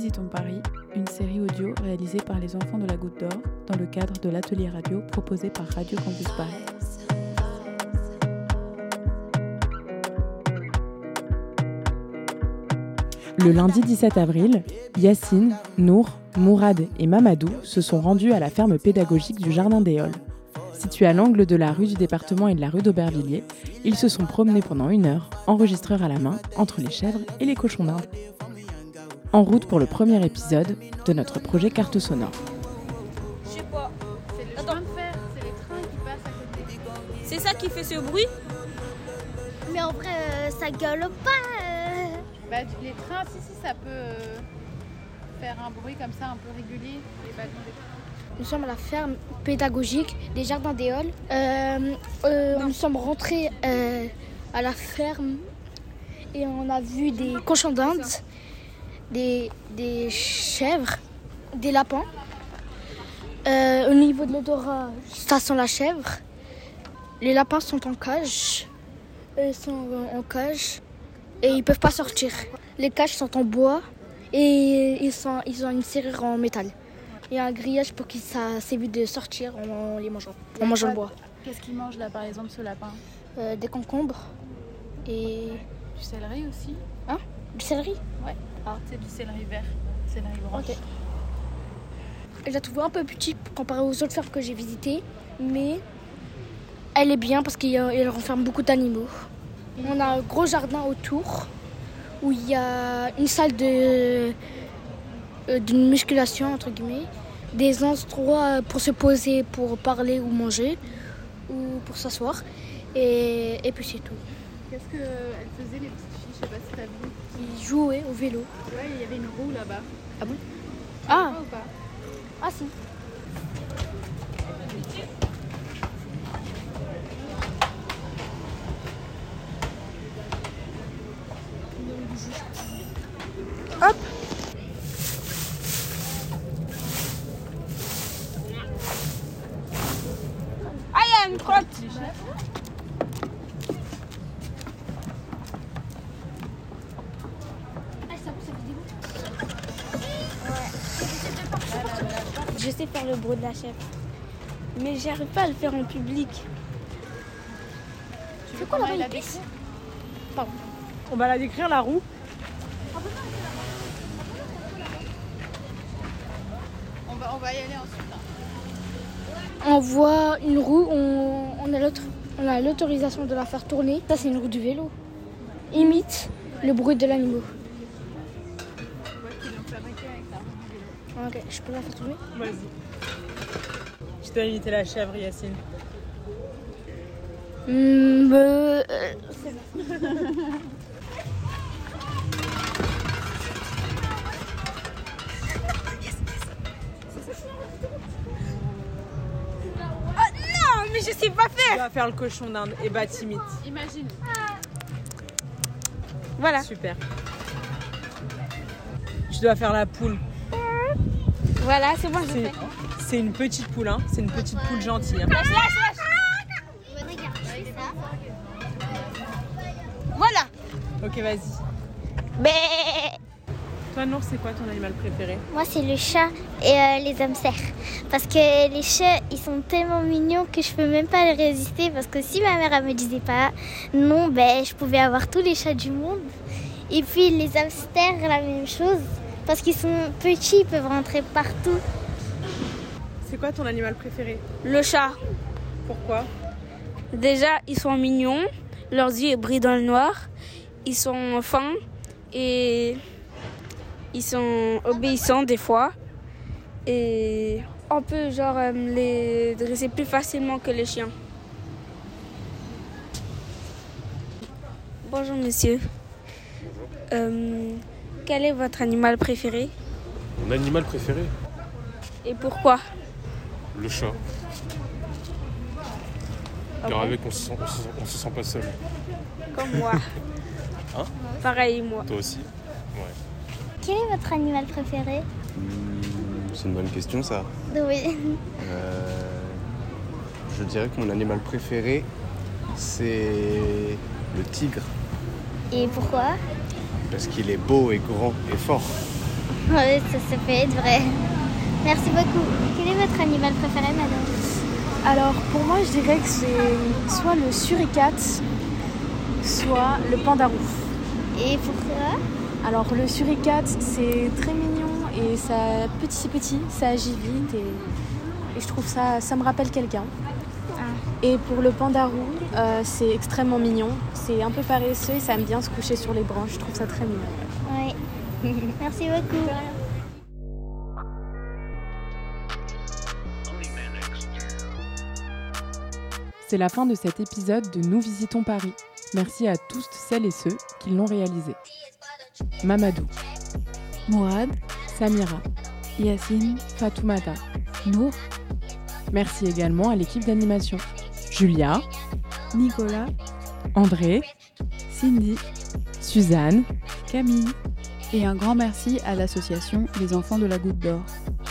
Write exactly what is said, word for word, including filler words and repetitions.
Visitons Paris, une série audio réalisée par les enfants de la Goutte d'Or dans le cadre de l'atelier radio proposé par Radio Campus Paris. Le lundi dix-sept avril, Yacine, Nour, Mourad et Mamadou se sont rendus à la ferme pédagogique du Jardin des Halles. Située à l'angle de la rue du Département et de la rue d'Aubervilliers, ils se sont promenés pendant une heure, enregistreur à la main, entre les chèvres et les cochons d'Inde. En route pour le premier épisode de notre projet Carte sonore. Je sais pas. C'est le chemin de fer, c'est les trains qui passent à côté. C'est ça qui fait ce bruit? Mais en vrai, euh, ça galope pas. Euh... Bah, les trains, si, si, ça peut euh, faire un bruit comme ça, un peu régulier, les wagons des trains. Nous sommes à la ferme pédagogique des Jardins des Halles. Euh, euh, nous sommes rentrés euh, à la ferme et on a vu des cochons d'Inde, des, des chèvres, des lapins. Euh, au niveau de l'odorat, ça sent la chèvre. Les lapins sont en cage. Ils sont en cage et ils peuvent pas sortir. Les cages sont en bois et ils, sont, ils ont une serrure en métal. Il y a un grillage pour que ça s'évite de sortir en les mangeant, en mangeant le bois. Qu'est-ce qu'ils mangent là, par exemple, ce lapin? Euh, des concombres et... Du céleri aussi? Hein? Du céleri? Ouais. Ah. C'est du céleri vert, céleri orange. Ok. Je la trouve un peu petite comparée aux autres fermes que j'ai visitées, mais elle est bien parce qu'elle renferme beaucoup d'animaux. On a un gros jardin autour où il y a une salle de... d'une musculation entre guillemets, des endroits pour se poser, pour parler ou manger, ou pour s'asseoir, et, et puis c'est tout. Qu'est-ce qu'elles faisaient les petites filles? Je sais pas si t'as vu. Ils jouaient au vélo. Ouais, il y avait une roue là-bas. Ah bon? Tu Ah vois ou pas? Ah si. Hop. Ah, il y a une crotte. Je sais faire le bruit de la chèvre, mais j'arrive pas à le faire en public. Tu veux qu'on aille la décrire? Pardon. On va la décrire, la roue. On va, on va y aller ensuite. Hein. On voit une roue, on, on a l'autre, on a l'autorisation de la faire tourner. Ça, c'est une roue du vélo. Imite le bruit de l'animal. On voit qu'ils l'ont fabriqué avec la roue du vélo. Ok, je peux la faire tourner? Vas-y. Je dois imiter la chèvre, Yacine. Mmh, euh, c'est bon. Ah non, mais je sais pas faire. Tu vas faire le cochon d'Inde et bah t'imites. Imagine. Voilà. Super. Tu dois faire la poule. Voilà, c'est bon, je C'est, fais. c'est une petite poule, hein. C'est une petite poule gentille. Hein. Lâche, lâche, lâche. Regarde, ça. Voilà. Ok, vas-y. Mais Toi, Nour, c'est quoi ton animal préféré? Moi, c'est le chat et euh, les hamsters. Parce que les chats, ils sont tellement mignons que je peux même pas les résister. Parce que si ma mère, elle me disait pas non, ben, je pouvais avoir tous les chats du monde. Et puis les hamsters, la même chose. Parce qu'ils sont petits, ils peuvent rentrer partout. C'est quoi ton animal préféré? Le chat. Pourquoi? Déjà, ils sont mignons. Leurs yeux brillent dans le noir. Ils sont fins et ils sont obéissants des fois. Et on peut genre les dresser plus facilement que les chiens. Bonjour monsieur. Euh, quel est votre animal préféré? Mon animal préféré? Et pourquoi? Le chat. Ah Car bon? avec on se, sent, on, se sent, on se sent pas seul. Comme moi. Hein? Pareil moi. Toi aussi? Ouais. Quel est votre animal préféré? Mmh, c'est une bonne question ça. Oui. Euh, je dirais que mon animal préféré, c'est le tigre. Et pourquoi? Parce qu'il est beau et grand et fort. Ouais, ça, ça peut être vrai. Merci beaucoup. Quel est votre animal préféré, madame? Alors pour moi je dirais que c'est soit le suricate, soit le pandarou. Et pourquoi? Alors le suricate c'est très mignon et ça petit petit, ça agit vite et, et je trouve ça, ça me rappelle quelqu'un. Ah. Et pour le pandarou, euh, c'est extrêmement mignon, c'est un peu paresseux et ça aime bien se coucher sur les branches, je trouve ça très mignon. Oui. Merci beaucoup. C'est la fin de cet épisode de Nous visitons Paris. Merci à tous celles et ceux qui l'ont réalisé. Mamadou, Mourad, Samira, Yacine, Fatoumata, Nour, merci également à l'équipe d'animation. Julia, Nicolas, André, Cindy, Suzanne, Camille et un grand merci à l'association Les Enfants de la Goutte d'Or.